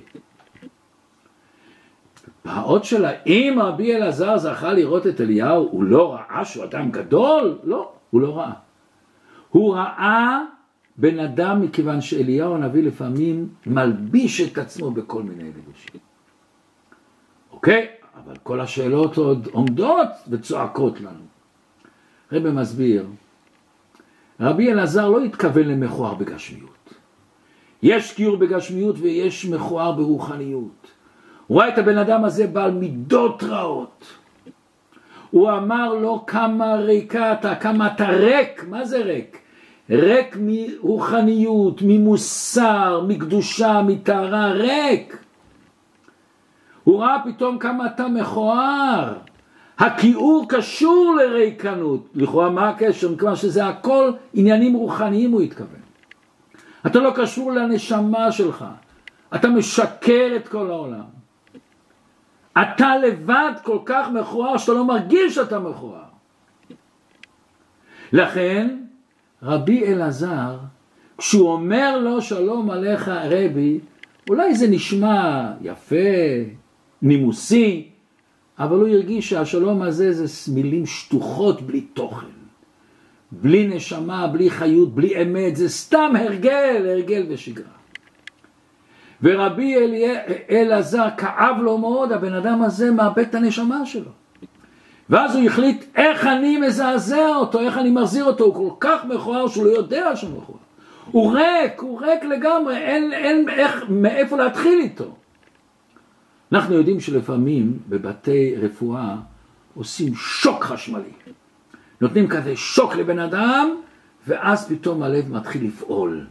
העוד שלה, אם רבי אלעזר זכה לראות את אליהו, הוא לא ראה שהוא אדם גדול? לא, הוא לא ראה. הוא ראה בן אדם מכיוון שאליהו הנביא לפעמים מלביש את עצמו בכל מיני לבושים. אוקיי, אבל כל השאלות עוד עומדות וצועקות לנו. רבי מסביר, רבי אלעזר לא התכוון למכוער בגשמיות. יש כיעור בגשמיות ויש מכוער ברוחניות. הוא ראה את הבן אדם הזה בעל מידות רעות. הוא אמר לו כמה ריקה אתה, כמה אתה ריק. מה זה ריק? ריק מרוחניות, ממוסר, מקדושה, מטהרה, ריק. הוא ראה פתאום כמה אתה מכוער. הכיעור קשור לריקנות. לכאורה מה הקשר? מכיוון שזה הכל עניינים רוחניים הוא התכוון. אתה לא קשור לנשמה שלך. אתה משקר את כל העולם. אתה לבד כל כך מכוער שאתה לא מרגיש שאתה מכוער. לכן רבי אלעזר, כשהוא אומר לו שלום עליך רבי, אולי זה נשמע יפה, נימוסי, אבל הוא הרגיש שהשלום הזה זה מילים שטוחות בלי תוכן. בלי נשמה, בלי חיות, בלי אמת, זה סתם הרגל ושגרה. ורבי אלעזר כאב לו מאוד, הבן אדם הזה מאבד את הנשמה שלו. ואז הוא החליט איך אני מזעזע אותו, איך אני מחזיר אותו, הוא כל כך מכוער שהוא לא יודע שהוא מכוער. הוא ריק לגמרי, אין מאיפה להתחיל איתו. אנחנו יודעים שלפעמים בבתי רפואה עושים שוק חשמלי. נותנים כזה שוק לבן אדם, ואז פתאום הלב מתחיל לפעול.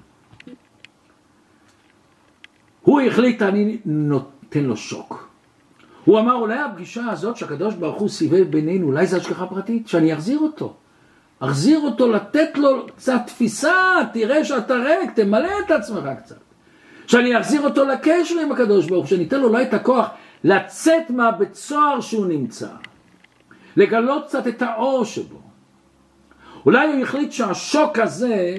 הוא החליט, אני נותן לו שוק. הוא אמר, אולי הפגישה הזאת שהקדוש ברוך הוא סיבב בינינו, אולי זה השגחה פרטית, שאני אחזיר אותו. אחזיר אותו, לתת לו קצת תפיסה, תראה שאתה ריק, תמלא את עצמך קצת. שאני אחזיר אותו לקשר עם הקדוש ברוך הוא, שאני אתן לו אולי את הכוח לצאת מהבית סוהר שהוא נמצא. לגלות קצת את האור שבו. אולי הוא החליט שהשוק הזה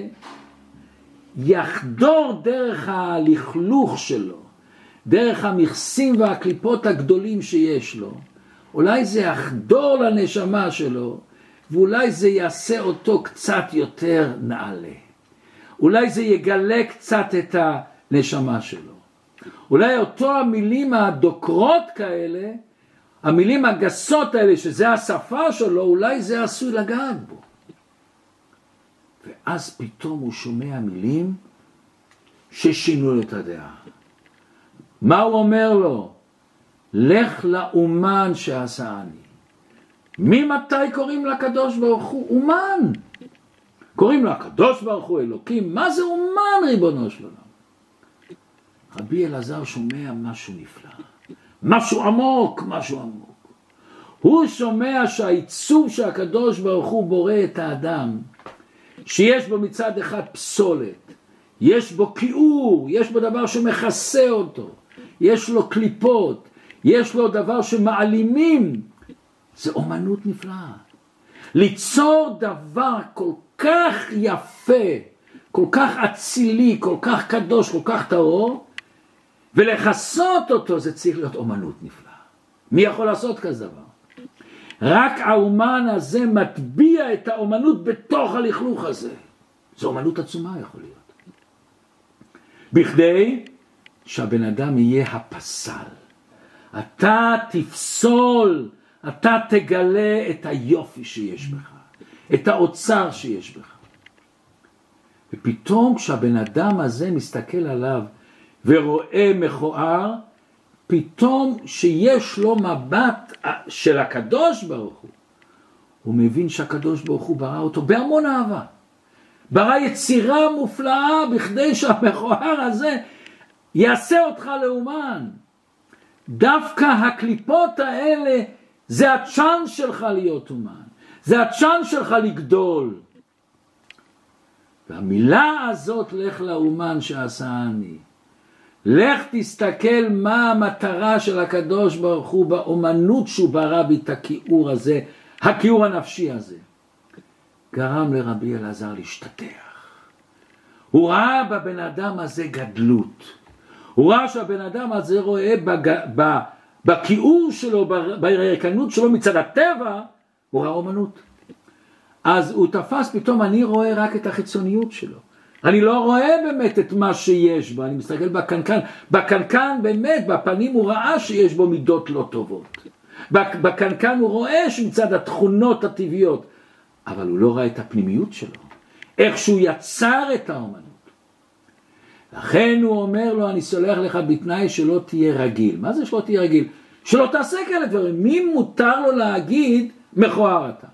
יחדור דרך הלכלוך שלו, דרך המכסים והקליפות הגדולים שיש לו. אולי זה יחדור לנשמה שלו, ואולי זה יעשה אותו קצת יותר נעלה. אולי זה יגלה קצת את הנשמה שלו. אולי אותו המילים הדוקרות כאלה, המילים הגסות האלה, שזה השפה שלו, אולי זה עשוי לגעת בו. ואז פתאום הוא שומע מילים ששינו את הדעה. מה הוא אומר לו? לך לאומן שעשני. ממתי קוראים לקדוש ברוך הוא? אומן. קוראים לו הקדוש ברוך הוא אלוקים. מה זה אומן ריבונו של עולם? רבי אלעזר שומע משהו נפלא. משהו עמוק. הוא שומע שהעיצוב שהקדוש ברוך הוא בורא את האדם, שיש בו מצד אחד פסולת, יש בו כיעור, יש בו דבר שמכסה אותו, יש לו קליפות, יש לו דבר שמעלימים. זה אומנות נפלאה. ליצור דבר כל כך יפה, כל כך אצילי, כל כך קדוש, כל כך טהור, ולחסות אותו, זה צריך להיות אומנות נפלאה. מי יכול לעשות כזה דבר? רק האומן הזה מטביע את האומנות בתוך הלכלוך הזה. זו אומנות עצומה יכול להיות. בכדי שהבן אדם יהיה הפסל. אתה תפסול, אתה תגלה את היופי שיש בך, את האוצר שיש בך. ופתאום כשהבן אדם הזה מסתכל עליו ורואה מכוער, פתאום שיש לו מבט של הקדוש ברוך הוא מבין שהקדוש ברוך הוא ברא אותו בהמון אהבה. ברא יצירה מופלאה בכדי שהמכוער הזה יעשה אותך לאומן. דווקא הקליפות האלה זה הצ'אנס שלך להיות אומן. זה הצ'אנס שלך לגדול. והמילה הזאת, לך לאומן שעשה אני. לך תסתכל מה המטרה של הקדוש ברוך הוא באומנות שהוא ברא בי את הכיעור הזה, הכיעור הנפשי הזה. גרם לרבי אלעזר להשתתח. הוא ראה בבן אדם הזה גדלות. הוא ראה שהבן אדם הזה רואה בכיעור שלו, ברקנות שלו מצד הטבע, הוא ראה אומנות. אז הוא תפס פתאום, אני רואה רק את החיצוניות שלו. אני לא רואה באמת את מה שיש בו, אני מסתכל בקנקן. בקנקן באמת, בפנים הוא ראה שיש בו מידות לא טובות. בקנקן הוא רואה שמצד התכונות הטבעיות, אבל הוא לא ראה את הפנימיות שלו. איך שהוא יצר את האומנות. לכן הוא אומר לו, אני סולח לך בתנאי שלא תהיה רגיל. מה זה שלא תהיה רגיל? שלא תעשה כאלה דברים. מי מותר לו להגיד מכוער אתה?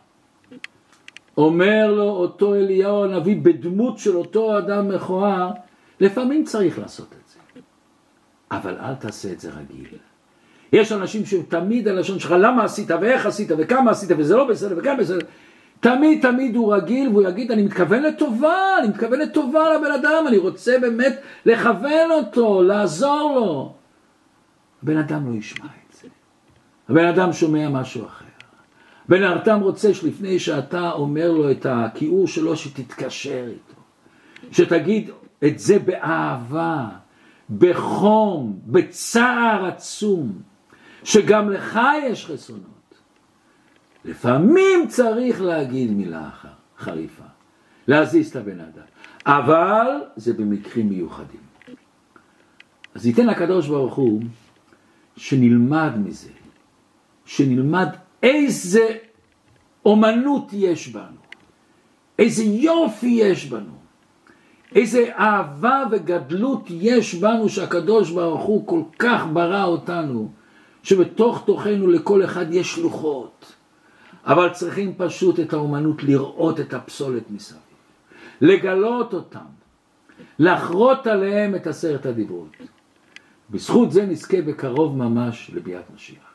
אומר לו אותו אליהו הנביא בדמות של אותו אדם מכוער, לפעמים צריך לעשות את זה. אבל אל תעשה את זה רגיל. יש אנשים שתמיד הלשון שלך, למה עשית ואיך עשית וכמה עשית וזה לא בסדר וכמה בסדר. תמיד הוא רגיל והוא יגיד, אני מתכוון לטובה, אני מתכוון לטובה לבן אדם, אני רוצה באמת לכוון אותו, לעזור לו. הבן אדם לא ישמע את זה. הבן אדם שומע משהו אחר. בן אדם רוצה שלפני שאתה אומר לו את הכיעור שלו, שתתקשר איתו. שתגיד את זה באהבה, בחום, בצער עצום, שגם לך יש חסרונות. לפעמים צריך להגיד מילה חריפה, להזיז את הבן אדם. אבל זה במקרים מיוחדים. אז ייתן הקדוש ברוך הוא שנלמד מזה, שנלמד איזה אומנות יש בנו, איזה יופי יש בנו, איזה אהבה וגדלות יש בנו שהקדוש ברוך הוא כל כך ברא אותנו, שבתוך תוכנו לכל אחד יש שלוחות, אבל צריכים פשוט את האומנות לראות את הפסולת מסביב, לגלות אותם, לחרות עליהם את 10 הדיברות. בזכות זה נזכה בקרוב ממש לביאת משיח.